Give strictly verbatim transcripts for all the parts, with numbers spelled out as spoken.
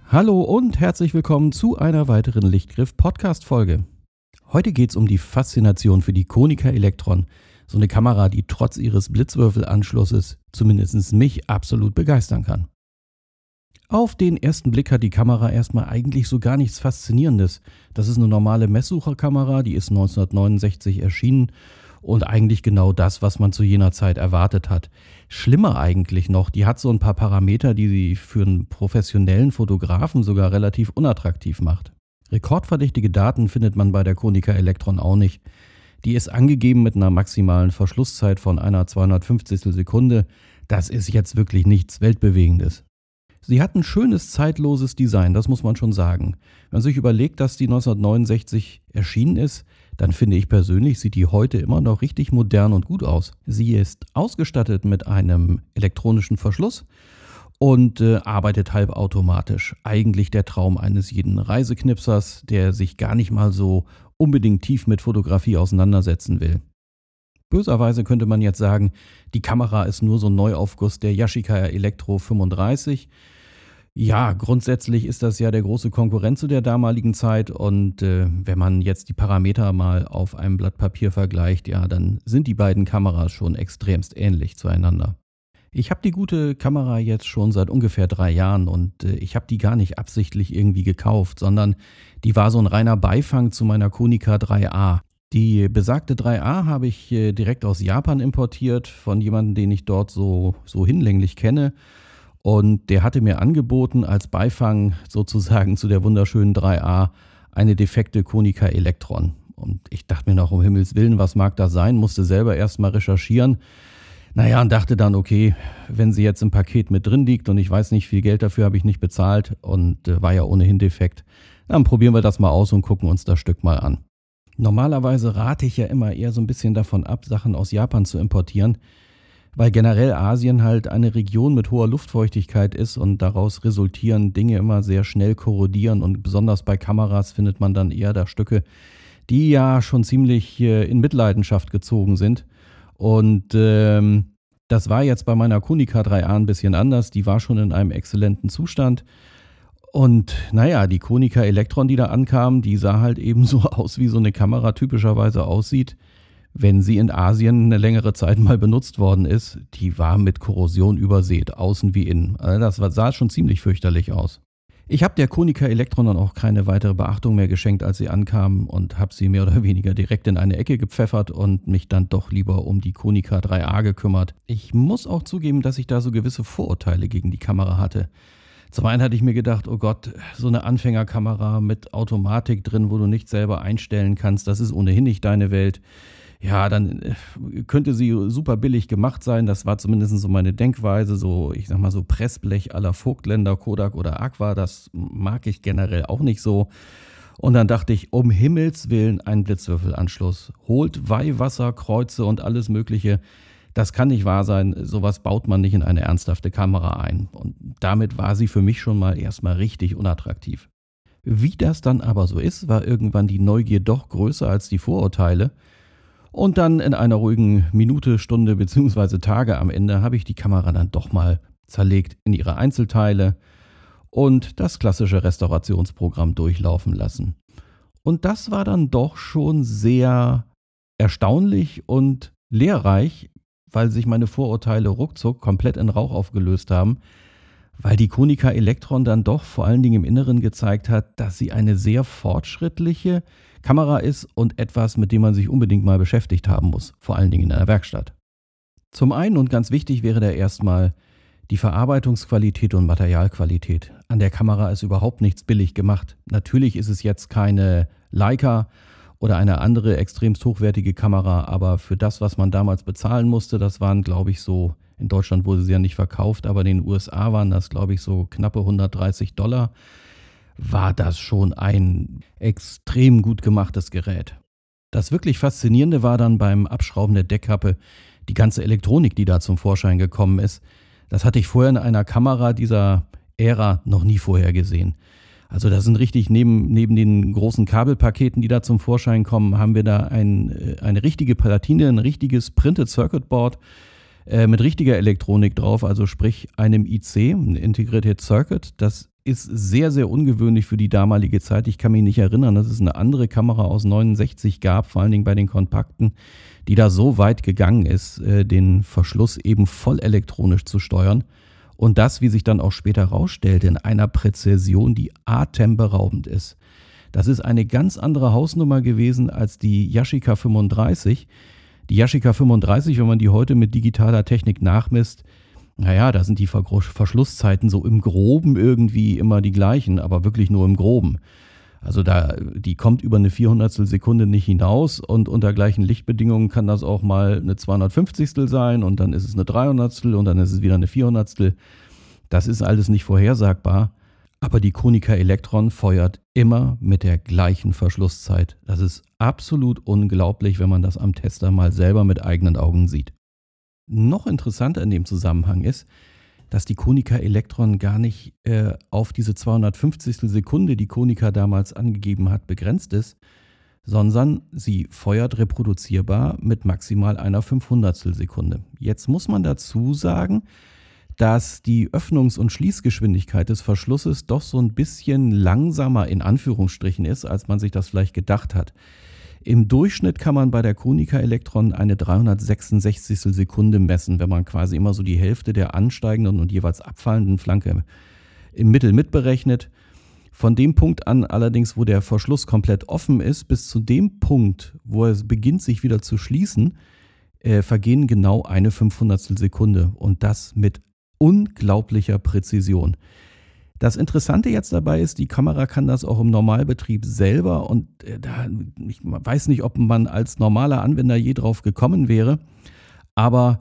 Hallo und herzlich willkommen zu einer weiteren Lichtgriff-Podcast-Folge. Heute geht es um die Faszination für die Konica Elektron, so eine Kamera, die trotz ihres Blitzwürfelanschlusses zumindest mich absolut begeistern kann. Auf den ersten Blick hat die Kamera erstmal eigentlich so gar nichts Faszinierendes. Das ist eine normale Messsucherkamera, die ist neunzehnhundertneunundsechzig erschienen und eigentlich genau das, was man zu jener Zeit erwartet hat. Schlimmer eigentlich noch, die hat so ein paar Parameter, die sie für einen professionellen Fotografen sogar relativ unattraktiv macht. Rekordverdächtige Daten findet man bei der Konica Elektron auch nicht. Die ist angegeben mit einer maximalen Verschlusszeit von einer zweihundertfünfzigstel Sekunde. Das ist jetzt wirklich nichts Weltbewegendes. Sie hat ein schönes, zeitloses Design, das muss man schon sagen. Wenn man sich überlegt, dass die neunzehnhundertneunundsechzig erschienen ist, dann finde ich persönlich, sieht die heute immer noch richtig modern und gut aus. Sie ist ausgestattet mit einem elektronischen Verschluss und äh, arbeitet halbautomatisch. Eigentlich der Traum eines jeden Reiseknipsers, der sich gar nicht mal so unbedingt tief mit Fotografie auseinandersetzen will. Böserweise könnte man jetzt sagen, die Kamera ist nur so ein Neuaufguss der Yashica Elektro fünfunddreißig. Ja, grundsätzlich ist das ja der große Konkurrent zu der damaligen Zeit und äh, wenn man jetzt die Parameter mal auf einem Blatt Papier vergleicht, ja, dann sind die beiden Kameras schon extremst ähnlich zueinander. Ich habe die gute Kamera jetzt schon seit ungefähr drei Jahren und äh, ich habe die gar nicht absichtlich irgendwie gekauft, sondern die war so ein reiner Beifang zu meiner Konica drei A. Die besagte drei A habe ich äh, direkt aus Japan importiert von jemandem, den ich dort so, so hinlänglich kenne. Und der hatte mir angeboten, als Beifang sozusagen zu der wunderschönen drei A eine defekte Konica Elektron. Und ich dachte mir noch, um Himmels Willen, was mag das sein? Musste selber erst mal recherchieren. Naja, und dachte dann, okay, wenn sie jetzt im Paket mit drin liegt und ich weiß nicht, viel Geld dafür habe ich nicht bezahlt und äh, war ja ohnehin defekt, dann probieren wir das mal aus und gucken uns das Stück mal an. Normalerweise rate ich ja immer eher so ein bisschen davon ab, Sachen aus Japan zu importieren, weil generell Asien halt eine Region mit hoher Luftfeuchtigkeit ist und daraus resultieren Dinge immer sehr schnell korrodieren und besonders bei Kameras findet man dann eher da Stücke, die ja schon ziemlich in Mitleidenschaft gezogen sind. Und ähm, das war jetzt bei meiner Konica drei A ein bisschen anders, die war schon in einem exzellenten Zustand. Und naja, die Konica Elektron, die da ankam, die sah halt eben so aus, wie so eine Kamera typischerweise aussieht, wenn sie in Asien eine längere Zeit mal benutzt worden ist. Die war mit Korrosion übersät, außen wie innen. Also das war, sah schon ziemlich fürchterlich aus. Ich habe der Konica Elektron dann auch keine weitere Beachtung mehr geschenkt, als sie ankam und habe sie mehr oder weniger direkt in eine Ecke gepfeffert und mich dann doch lieber um die Konica drei A gekümmert. Ich muss auch zugeben, dass ich da so gewisse Vorurteile gegen die Kamera hatte. Zum einen hatte ich mir gedacht, oh Gott, so eine Anfängerkamera mit Automatik drin, wo du nicht selber einstellen kannst, das ist ohnehin nicht deine Welt. Ja, dann könnte sie super billig gemacht sein, das war zumindest so meine Denkweise, so ich sag mal so Pressblech à la Vogtländer, Kodak oder Aqua, das mag ich generell auch nicht so. Und dann dachte ich, um Himmels Willen einen Blitzwürfelanschluss, holt Weihwasser, Kreuze und alles mögliche. Das kann nicht wahr sein, sowas baut man nicht in eine ernsthafte Kamera ein. Und damit war sie für mich schon mal erstmal richtig unattraktiv. Wie das dann aber so ist, war irgendwann die Neugier doch größer als die Vorurteile. Und dann in einer ruhigen Minute, Stunde bzw. Tage am Ende habe ich die Kamera dann doch mal zerlegt in ihre Einzelteile und das klassische Restaurationsprogramm durchlaufen lassen. Und das war dann doch schon sehr erstaunlich und lehrreich, weil sich meine Vorurteile ruckzuck komplett in Rauch aufgelöst haben, weil die Konica Elektron dann doch vor allen Dingen im Inneren gezeigt hat, dass sie eine sehr fortschrittliche Kamera ist und etwas, mit dem man sich unbedingt mal beschäftigt haben muss, vor allen Dingen in einer Werkstatt. Zum einen und ganz wichtig wäre da erstmal die Verarbeitungsqualität und Materialqualität. An der Kamera ist überhaupt nichts billig gemacht. Natürlich ist es jetzt keine Leica oder eine andere extremst hochwertige Kamera, aber für das, was man damals bezahlen musste, das waren, glaube ich, so, in Deutschland wurde sie ja nicht verkauft, aber in den U S A waren das, glaube ich, so knappe hundertdreißig Dollar, war das schon ein extrem gut gemachtes Gerät. Das wirklich Faszinierende war dann beim Abschrauben der Deckkappe die ganze Elektronik, die da zum Vorschein gekommen ist. Das hatte ich vorher in einer Kamera dieser Ära noch nie vorher gesehen. Also da sind richtig, neben, neben den großen Kabelpaketen, die da zum Vorschein kommen, haben wir da ein, eine richtige Platine, ein richtiges Printed Circuit Board äh, mit richtiger Elektronik drauf, also sprich einem I C, ein Integrated Circuit, das ist sehr, sehr ungewöhnlich für die damalige Zeit. Ich kann mich nicht erinnern, dass es eine andere Kamera aus neunundsechzig gab, vor allen Dingen bei den Kompakten, die da so weit gegangen ist, äh, den Verschluss eben voll elektronisch zu steuern. Und das, wie sich dann auch später herausstellte, in einer Präzision, die atemberaubend ist. Das ist eine ganz andere Hausnummer gewesen als die Yashica fünfunddreißig. Die Yashica fünfunddreißig, wenn man die heute mit digitaler Technik nachmisst, naja, da sind die Vergro- Verschlusszeiten so im Groben irgendwie immer die gleichen, aber wirklich nur im Groben. Also da, die kommt über eine vierhundertstel Sekunde nicht hinaus und unter gleichen Lichtbedingungen kann das auch mal eine zweihundertfünfzigstel sein und dann ist es eine dreihundertstel und dann ist es wieder eine vierhundertstel. Das ist alles nicht vorhersagbar, aber die Konica Electron feuert immer mit der gleichen Verschlusszeit. Das ist absolut unglaublich, wenn man das am Tester mal selber mit eigenen Augen sieht. Noch interessanter in dem Zusammenhang ist, dass die Konica Electron gar nicht äh, auf diese zweihundertfünfzigstel Sekunde, die Konica damals angegeben hat, begrenzt ist, sondern sie feuert reproduzierbar mit maximal einer fünfhundertstel Sekunde. Jetzt muss man dazu sagen, dass die Öffnungs- und Schließgeschwindigkeit des Verschlusses doch so ein bisschen langsamer in Anführungsstrichen ist, als man sich das vielleicht gedacht hat. Im Durchschnitt kann man bei der Konica Electron eine dreihundertsechsundsechzigstel Sekunde messen, wenn man quasi immer so die Hälfte der ansteigenden und jeweils abfallenden Flanke im Mittel mitberechnet. Von dem Punkt an allerdings, wo der Verschluss komplett offen ist, bis zu dem Punkt, wo es beginnt, sich wieder zu schließen, äh, vergehen genau eine fünfhundertstel Sekunde und das mit unglaublicher Präzision. Das Interessante jetzt dabei ist, die Kamera kann das auch im Normalbetrieb selber und äh, da, ich weiß nicht, ob man als normaler Anwender je drauf gekommen wäre, aber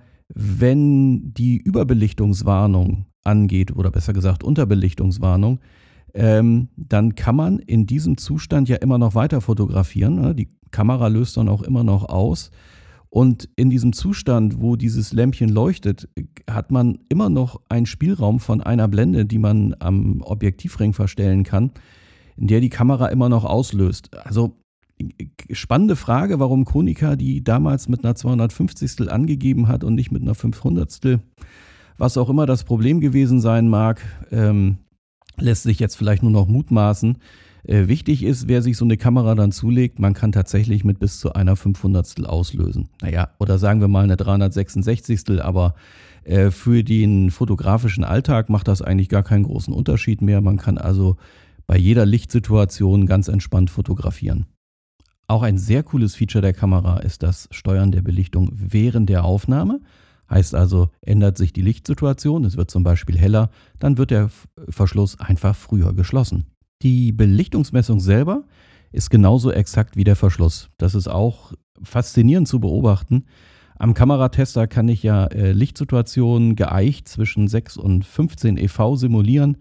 wenn die Überbelichtungswarnung angeht oder besser gesagt Unterbelichtungswarnung, ähm, dann kann man in diesem Zustand ja immer noch weiter fotografieren. Ne? Die Kamera löst dann auch immer noch aus. Und in diesem Zustand, wo dieses Lämpchen leuchtet, hat man immer noch einen Spielraum von einer Blende, die man am Objektivring verstellen kann, in der die Kamera immer noch auslöst. Also spannende Frage, warum Konica die damals mit einer zweihundertfünfzigstel angegeben hat und nicht mit einer fünfhundertstel. Was auch immer das Problem gewesen sein mag, ähm, lässt sich jetzt vielleicht nur noch mutmaßen. Äh, wichtig ist, wer sich so eine Kamera dann zulegt, man kann tatsächlich mit bis zu einer fünfhundertstel auslösen. Naja, oder sagen wir mal eine dreihundertsechsundsechzigstel, aber äh, für den fotografischen Alltag macht das eigentlich gar keinen großen Unterschied mehr. Man kann also bei jeder Lichtsituation ganz entspannt fotografieren. Auch ein sehr cooles Feature der Kamera ist das Steuern der Belichtung während der Aufnahme. Heißt also, ändert sich die Lichtsituation, es wird zum Beispiel heller, dann wird der Verschluss einfach früher geschlossen. Die Belichtungsmessung selber ist genauso exakt wie der Verschluss. Das ist auch faszinierend zu beobachten. Am Kameratester kann ich ja äh, Lichtsituationen geeicht zwischen sechs und fünfzehn E V simulieren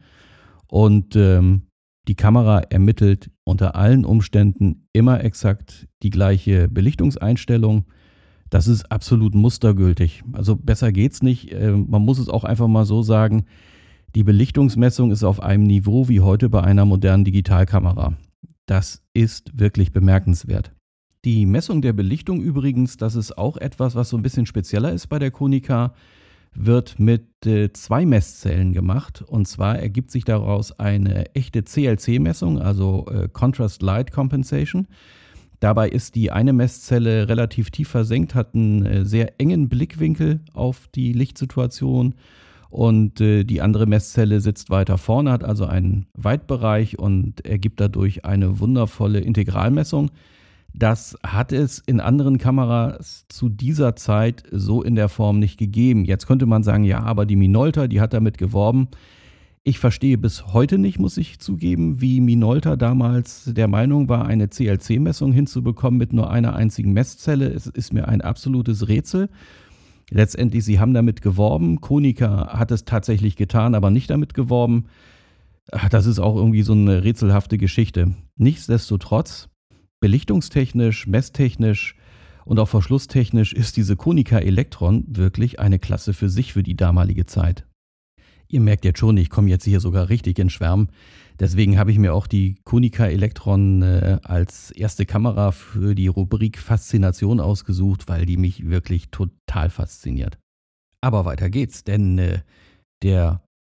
und ähm, die Kamera ermittelt unter allen Umständen immer exakt die gleiche Belichtungseinstellung. Das ist absolut mustergültig. Also besser geht's nicht. Äh, man muss es auch einfach mal so sagen, die Belichtungsmessung ist auf einem Niveau wie heute bei einer modernen Digitalkamera. Das ist wirklich bemerkenswert. Die Messung der Belichtung übrigens, das ist auch etwas, was so ein bisschen spezieller ist bei der Konica, wird mit äh, zwei Messzellen gemacht. Und zwar ergibt sich daraus eine echte C L C-Messung, also äh, Contrast Light Compensation. Dabei ist die eine Messzelle relativ tief versenkt, hat einen äh, sehr engen Blickwinkel auf die Lichtsituation. Und äh, die andere Messzelle sitzt weiter vorne, hat also einen Weitbereich und ergibt dadurch eine wundervolle Integralmessung. Das hat es in anderen Kameras zu dieser Zeit so in der Form nicht gegeben. Jetzt könnte man sagen, ja, aber die Minolta, die hat damit geworben. Ich verstehe bis heute nicht, muss ich zugeben, wie Minolta damals der Meinung war, eine C L C-Messung hinzubekommen mit nur einer einzigen Messzelle. Es ist mir ein absolutes Rätsel. Letztendlich, sie haben damit geworben. Konica hat es tatsächlich getan, aber nicht damit geworben. Ach, das ist auch irgendwie so eine rätselhafte Geschichte. Nichtsdestotrotz, belichtungstechnisch, messtechnisch und auch verschlusstechnisch ist diese Konica Electron wirklich eine Klasse für sich für die damalige Zeit. Ihr merkt jetzt schon, ich komme jetzt hier sogar richtig in Schwärmen. Deswegen habe ich mir auch die Konica Electron äh, als erste Kamera für die Rubrik Faszination ausgesucht, weil die mich wirklich total fasziniert. Aber weiter geht's, denn äh, der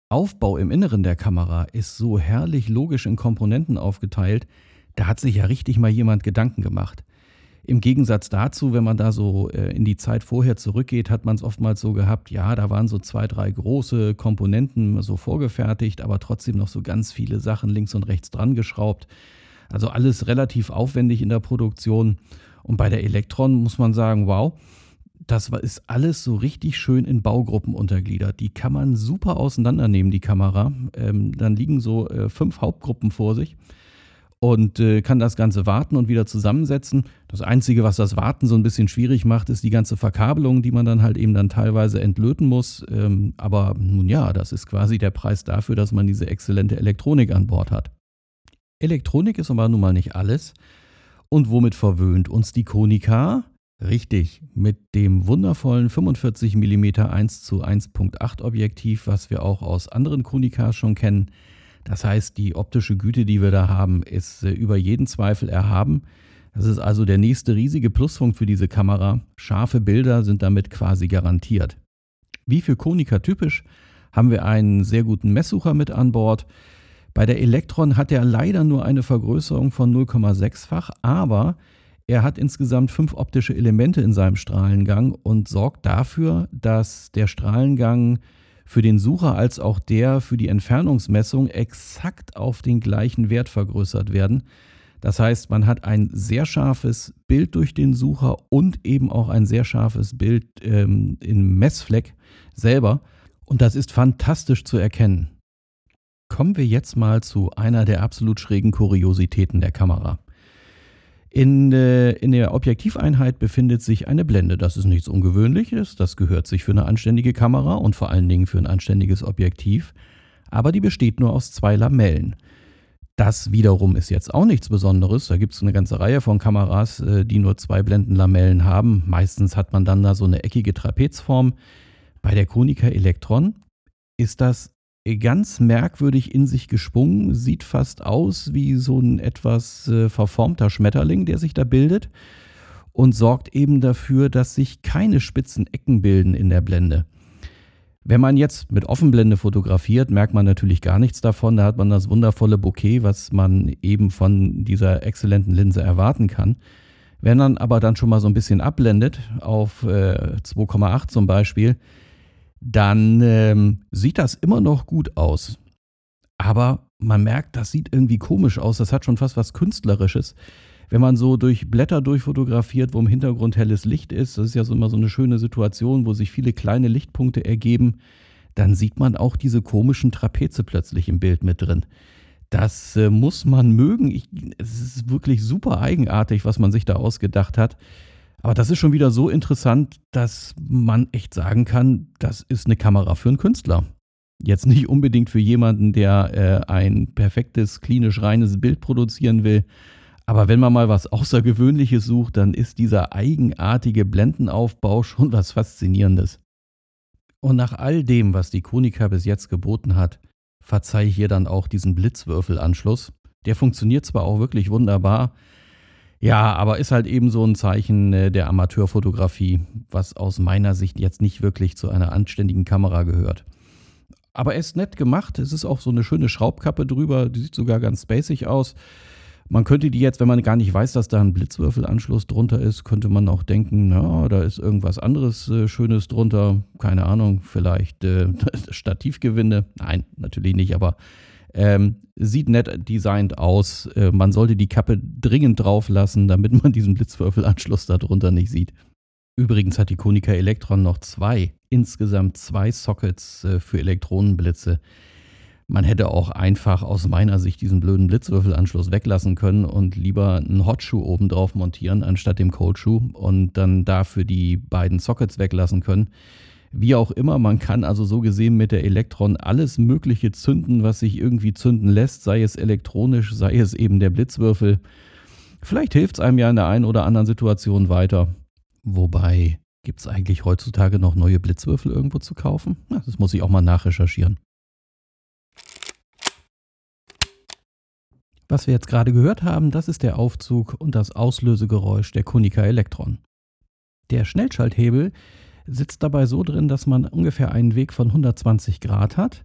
Aufbau im Inneren der Kamera ist so herrlich logisch in Komponenten aufgeteilt, da hat sich ja richtig mal jemand Gedanken gemacht. Im Gegensatz dazu, wenn man da so äh, in die Zeit vorher zurückgeht, hat man es oftmals so gehabt, ja, da waren so zwei, drei große Komponenten so vorgefertigt, aber trotzdem noch so ganz viele Sachen links und rechts dran geschraubt. Also alles relativ aufwendig in der Produktion. Und bei der Elektron muss man sagen, wow, das war- ist alles so richtig schön in Baugruppen untergliedert. Die kann man super auseinandernehmen, die Kamera. Ähm, dann liegen so äh, fünf Hauptgruppen vor sich und äh, kann das Ganze warten und wieder zusammensetzen. Das Einzige, was das Warten so ein bisschen schwierig macht, ist die ganze Verkabelung, die man dann halt eben dann teilweise entlöten muss. Ähm, aber nun ja, das ist quasi der Preis dafür, dass man diese exzellente Elektronik an Bord hat. Elektronik ist aber nun mal nicht alles. Und womit verwöhnt uns die Konica? Richtig, mit dem wundervollen fünfundvierzig Millimeter eins zu eins Komma acht Objektiv, was wir auch aus anderen Konicas schon kennen. Das heißt, die optische Güte, die wir da haben, ist äh, über jeden Zweifel erhaben. Das ist also der nächste riesige Pluspunkt für diese Kamera. Scharfe Bilder sind damit quasi garantiert. Wie für Konica typisch, haben wir einen sehr guten Messsucher mit an Bord. Bei der Elektron hat er leider nur eine Vergrößerung von null Komma sechs-fach, aber er hat insgesamt fünf optische Elemente in seinem Strahlengang und sorgt dafür, dass der Strahlengang für den Sucher als auch der für die Entfernungsmessung exakt auf den gleichen Wert vergrößert werden. Das heißt, man hat ein sehr scharfes Bild durch den Sucher und eben auch ein sehr scharfes Bild ähm, im Messfleck selber. Und das ist fantastisch zu erkennen. Kommen wir jetzt mal zu einer der absolut schrägen Kuriositäten der Kamera. In, äh, in der Objektiveinheit befindet sich eine Blende. Das ist nichts Ungewöhnliches, das gehört sich für eine anständige Kamera und vor allen Dingen für ein anständiges Objektiv. Aber die besteht nur aus zwei Lamellen. Das wiederum ist jetzt auch nichts Besonderes. Da gibt es eine ganze Reihe von Kameras, äh, die nur zwei Blendenlamellen haben. Meistens hat man dann da so eine eckige Trapezform. Bei der Konica Elektron ist das ganz merkwürdig in sich geschwungen, sieht fast aus wie so ein etwas äh, verformter Schmetterling, der sich da bildet und sorgt eben dafür, dass sich keine spitzen Ecken bilden in der Blende. Wenn man jetzt mit Offenblende fotografiert, merkt man natürlich gar nichts davon. Da hat man das wundervolle Bokeh, was man eben von dieser exzellenten Linse erwarten kann. Wenn man aber dann schon mal so ein bisschen abblendet, auf äh, zwei Komma acht zum Beispiel, dann ähm, sieht das immer noch gut aus. Aber man merkt, das sieht irgendwie komisch aus. Das hat schon fast was Künstlerisches. Wenn man so durch Blätter durchfotografiert, wo im Hintergrund helles Licht ist, das ist ja so immer so eine schöne Situation, wo sich viele kleine Lichtpunkte ergeben, dann sieht man auch diese komischen Trapeze plötzlich im Bild mit drin. Das äh, muss man mögen. Ich, es ist wirklich super eigenartig, was man sich da ausgedacht hat. Aber das ist schon wieder so interessant, dass man echt sagen kann, das ist eine Kamera für einen Künstler. Jetzt nicht unbedingt für jemanden, der äh, ein perfektes, klinisch reines Bild produzieren will. Aber wenn man mal was Außergewöhnliches sucht, dann ist dieser eigenartige Blendenaufbau schon was Faszinierendes. Und nach all dem, was die Konica bis jetzt geboten hat, verzeihe ich hier dann auch diesen Blitzwürfelanschluss. Der funktioniert zwar auch wirklich wunderbar, ja, aber ist halt eben so ein Zeichen äh, der Amateurfotografie, was aus meiner Sicht jetzt nicht wirklich zu einer anständigen Kamera gehört. Aber er ist nett gemacht, es ist auch so eine schöne Schraubkappe drüber, die sieht sogar ganz spacig aus. Man könnte die jetzt, wenn man gar nicht weiß, dass da ein Blitzwürfelanschluss drunter ist, könnte man auch denken, na, da ist irgendwas anderes äh, Schönes drunter, keine Ahnung, vielleicht äh, Stativgewinde. Nein, natürlich nicht, aber Ähm, sieht nett designt aus. Äh, man sollte die Kappe dringend drauf lassen, damit man diesen Blitzwürfelanschluss darunter nicht sieht. Übrigens hat die Konica Elektron noch zwei, insgesamt zwei Sockets äh, für Elektronenblitze. Man hätte auch einfach aus meiner Sicht diesen blöden Blitzwürfelanschluss weglassen können und lieber einen Hotshoe oben drauf montieren, anstatt dem Coldshoe und dann dafür die beiden Sockets weglassen können. Wie auch immer, man kann also so gesehen mit der Elektron alles Mögliche zünden, was sich irgendwie zünden lässt, sei es elektronisch, sei es eben der Blitzwürfel. Vielleicht hilft es einem ja in der einen oder anderen Situation weiter. Wobei, gibt es eigentlich heutzutage noch neue Blitzwürfel irgendwo zu kaufen? Na, das muss ich auch mal nachrecherchieren. Was wir jetzt gerade gehört haben, das ist der Aufzug und das Auslösegeräusch der Konica Elektron. Der Schnellschalthebel sitzt dabei so drin, dass man ungefähr einen Weg von hundertzwanzig Grad hat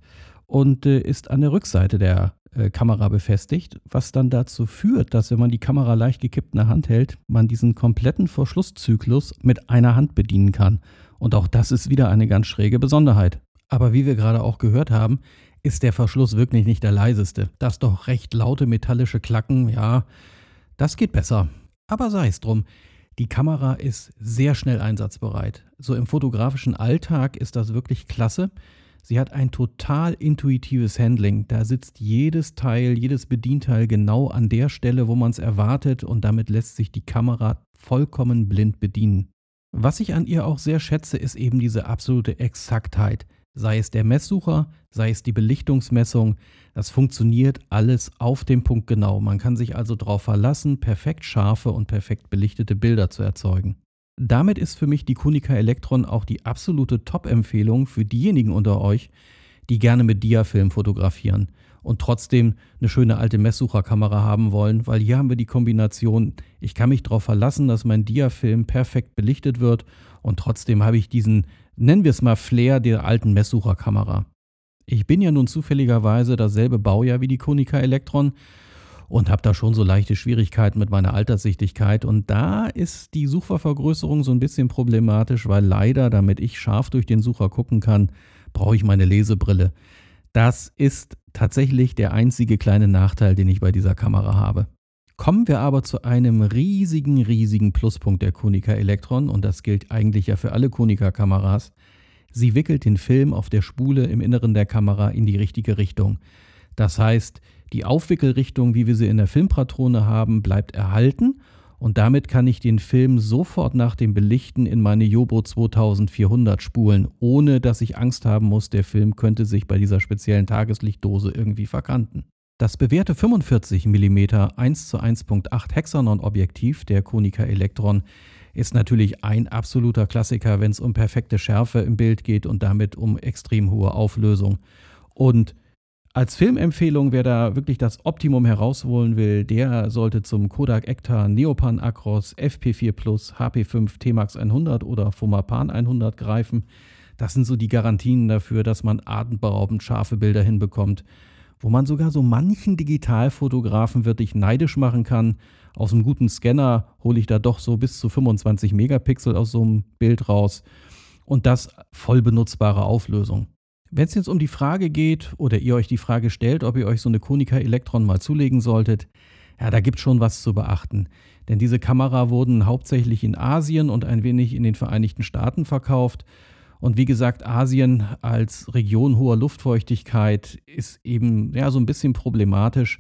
und äh, ist an der Rückseite der äh, Kamera befestigt, was dann dazu führt, dass, wenn man die Kamera leicht gekippt in der Hand hält, man diesen kompletten Verschlusszyklus mit einer Hand bedienen kann. Und auch das ist wieder eine ganz schräge Besonderheit. Aber wie wir gerade auch gehört haben, ist der Verschluss wirklich nicht der leiseste. Das doch recht laute metallische Klacken, ja, das geht besser. Aber sei es drum. Die Kamera ist sehr schnell einsatzbereit. So im fotografischen Alltag ist das wirklich klasse. Sie hat ein total intuitives Handling. Da sitzt jedes Teil, jedes Bedienteil genau an der Stelle, wo man es erwartet, und damit lässt sich die Kamera vollkommen blind bedienen. Was ich an ihr auch sehr schätze, ist eben diese absolute Exaktheit. Sei es der Messsucher, sei es die Belichtungsmessung, das funktioniert alles auf den Punkt genau. Man kann sich also darauf verlassen, perfekt scharfe und perfekt belichtete Bilder zu erzeugen. Damit ist für mich die Konica Electron auch die absolute Top-Empfehlung für diejenigen unter euch, die gerne mit Diafilm fotografieren und trotzdem eine schöne alte Messsucherkamera haben wollen, weil hier haben wir die Kombination, ich kann mich darauf verlassen, dass mein Diafilm perfekt belichtet wird, und trotzdem habe ich diesen, nennen wir es mal, Flair der alten Messsucherkamera. Ich bin ja nun zufälligerweise dasselbe Baujahr wie die Konica Electron und habe da schon so leichte Schwierigkeiten mit meiner Alterssichtigkeit, und da ist die Suchvergrößerung so ein bisschen problematisch, weil leider, damit ich scharf durch den Sucher gucken kann, brauche ich meine Lesebrille. Das ist tatsächlich der einzige kleine Nachteil, den ich bei dieser Kamera habe. Kommen wir aber zu einem riesigen, riesigen Pluspunkt der Konica Electron, und das gilt eigentlich ja für alle Konica-Kameras. Sie wickelt den Film auf der Spule im Inneren der Kamera in die richtige Richtung. Das heißt, die Aufwickelrichtung, wie wir sie in der Filmpatrone haben, bleibt erhalten, und damit kann ich den Film sofort nach dem Belichten in meine Jobo zweitausendvierhundert spulen, ohne dass ich Angst haben muss, der Film könnte sich bei dieser speziellen Tageslichtdose irgendwie verkanten. Das bewährte fünfundvierzig Millimeter eins zu eins Komma acht Hexanon-Objektiv der Konica Electron ist natürlich ein absoluter Klassiker, wenn es um perfekte Schärfe im Bild geht und damit um extrem hohe Auflösung. Und als Filmempfehlung, wer da wirklich das Optimum herausholen will, der sollte zum Kodak Ektar Neopan Acros F P vier Plus, H P fünf T-Max hundert oder Fomapan hundert greifen. Das sind so die Garantien dafür, dass man atemberaubend scharfe Bilder hinbekommt, wo man sogar so manchen Digitalfotografen wirklich neidisch machen kann. Aus einem guten Scanner hole ich da doch so bis zu fünfundzwanzig Megapixel aus so einem Bild raus, und das voll benutzbare Auflösung. Wenn es jetzt um die Frage geht oder ihr euch die Frage stellt, ob ihr euch so eine Konica Electron mal zulegen solltet, ja, da gibt es schon was zu beachten. Denn diese Kamera wurden hauptsächlich in Asien und ein wenig in den Vereinigten Staaten verkauft. Und wie gesagt, Asien als Region hoher Luftfeuchtigkeit ist eben ja so ein bisschen problematisch,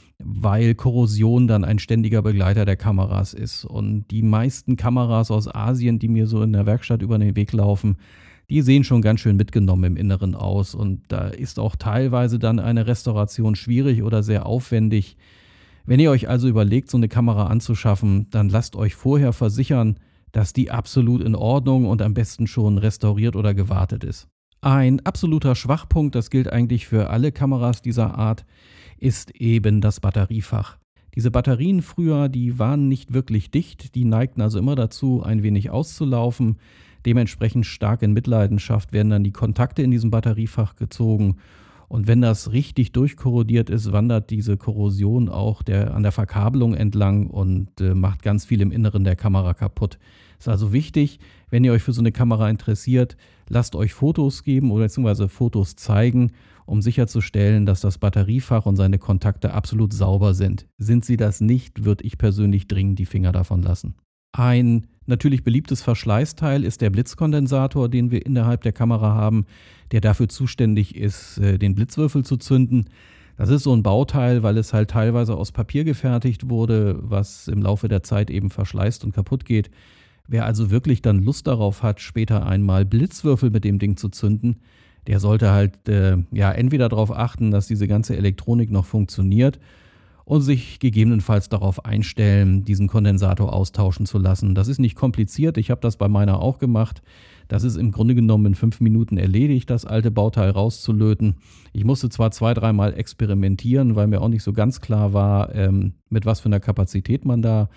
weil Korrosion dann ein ständiger Begleiter der Kameras ist. Und die meisten Kameras aus Asien, die mir so in der Werkstatt über den Weg laufen, die sehen schon ganz schön mitgenommen im Inneren aus. Und da ist auch teilweise dann eine Restauration schwierig oder sehr aufwendig. Wenn ihr euch also überlegt, so eine Kamera anzuschaffen, dann lasst euch vorher versichern, dass die absolut in Ordnung und am besten schon restauriert oder gewartet ist. Ein absoluter Schwachpunkt, das gilt eigentlich für alle Kameras dieser Art, ist eben das Batteriefach. Diese Batterien früher, die waren nicht wirklich dicht, die neigten also immer dazu, ein wenig auszulaufen. Dementsprechend stark in Mitleidenschaft werden dann die Kontakte in diesem Batteriefach gezogen. Und wenn das richtig durchkorrodiert ist, wandert diese Korrosion auch der, an der Verkabelung entlang und äh, macht ganz viel im Inneren der Kamera kaputt. Ist also wichtig, wenn ihr euch für so eine Kamera interessiert, lasst euch Fotos geben oder beziehungsweise Fotos zeigen, um sicherzustellen, dass das Batteriefach und seine Kontakte absolut sauber sind. Sind sie das nicht, würde ich persönlich dringend die Finger davon lassen. Ein natürlich beliebtes Verschleißteil ist der Blitzkondensator, den wir innerhalb der Kamera haben, der dafür zuständig ist, den Blitzwürfel zu zünden. Das ist so ein Bauteil, weil es halt teilweise aus Papier gefertigt wurde, was im Laufe der Zeit eben verschleißt und kaputt geht. Wer also wirklich dann Lust darauf hat, später einmal Blitzwürfel mit dem Ding zu zünden, der sollte halt äh, ja entweder darauf achten, dass diese ganze Elektronik noch funktioniert, und sich gegebenenfalls darauf einstellen, diesen Kondensator austauschen zu lassen. Das ist nicht kompliziert, ich habe das bei meiner auch gemacht. Das ist im Grunde genommen in fünf Minuten erledigt, das alte Bauteil rauszulöten. Ich musste zwar zwei, dreimal experimentieren, weil mir auch nicht so ganz klar war, ähm, mit was für einer Kapazität man da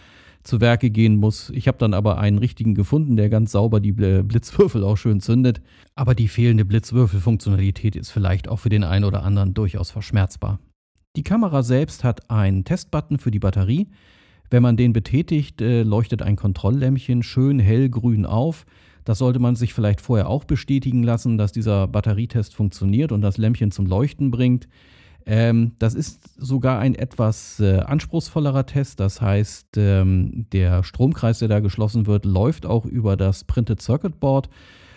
zu Werke gehen muss. Ich habe dann aber einen richtigen gefunden, der ganz sauber die Blitzwürfel auch schön zündet. Aber die fehlende Blitzwürfelfunktionalität ist vielleicht auch für den einen oder anderen durchaus verschmerzbar. Die Kamera selbst hat einen Testbutton für die Batterie. Wenn man den betätigt, äh, leuchtet ein Kontrolllämpchen schön hellgrün auf. Das sollte man sich vielleicht vorher auch bestätigen lassen, dass dieser Batterietest funktioniert und das Lämpchen zum Leuchten bringt. Ähm, das ist sogar ein etwas äh, anspruchsvollerer Test. Das heißt, ähm, der Stromkreis, der da geschlossen wird, läuft auch über das Printed Circuit Board.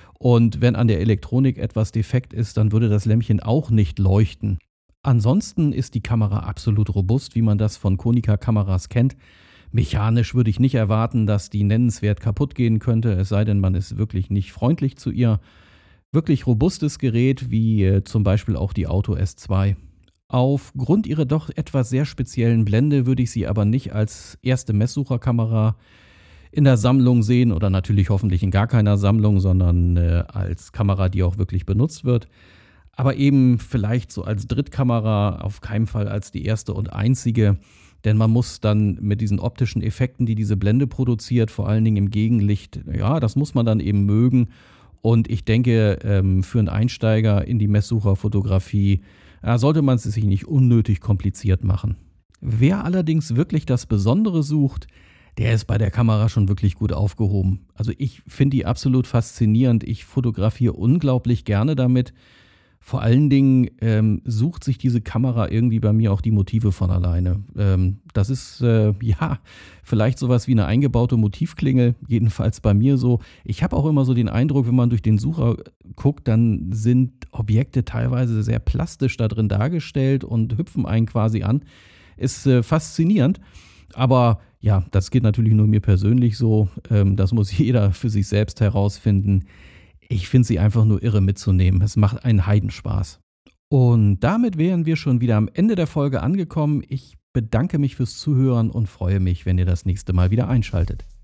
Und wenn an der Elektronik etwas defekt ist, dann würde das Lämpchen auch nicht leuchten. Ansonsten ist die Kamera absolut robust, wie man das von Konica-Kameras kennt. Mechanisch würde ich nicht erwarten, dass die nennenswert kaputt gehen könnte, es sei denn, man ist wirklich nicht freundlich zu ihr. Wirklich robustes Gerät, wie äh, zum Beispiel auch die Auto S zwei. Aufgrund ihrer doch etwas sehr speziellen Blende würde ich sie aber nicht als erste Messsucherkamera in der Sammlung sehen oder natürlich hoffentlich in gar keiner Sammlung, sondern äh, als Kamera, die auch wirklich benutzt wird. Aber eben vielleicht so als Drittkamera, auf keinen Fall als die erste und einzige. Denn man muss dann mit diesen optischen Effekten, die diese Blende produziert, vor allen Dingen im Gegenlicht, ja, das muss man dann eben mögen. Und ich denke, ähm, für einen Einsteiger in die Messsucherfotografie ja, sollte man es sich nicht unnötig kompliziert machen. Wer allerdings wirklich das Besondere sucht, der ist bei der Kamera schon wirklich gut aufgehoben. Also ich finde die absolut faszinierend. Ich fotografiere unglaublich gerne damit. Vor allen Dingen ähm, sucht sich diese Kamera irgendwie bei mir auch die Motive von alleine. Ähm, das ist äh, ja vielleicht sowas wie eine eingebaute Motivklingel, jedenfalls bei mir so. Ich habe auch immer so den Eindruck, wenn man durch den Sucher guckt, dann sind Objekte teilweise sehr plastisch da drin dargestellt und hüpfen einen quasi an. Ist äh, faszinierend, aber ja, das geht natürlich nur mir persönlich so. Ähm, das muss jeder für sich selbst herausfinden. Ich finde sie einfach nur irre mitzunehmen. Es macht einen Heidenspaß. Und damit wären wir schon wieder am Ende der Folge angekommen. Ich bedanke mich fürs Zuhören und freue mich, wenn ihr das nächste Mal wieder einschaltet.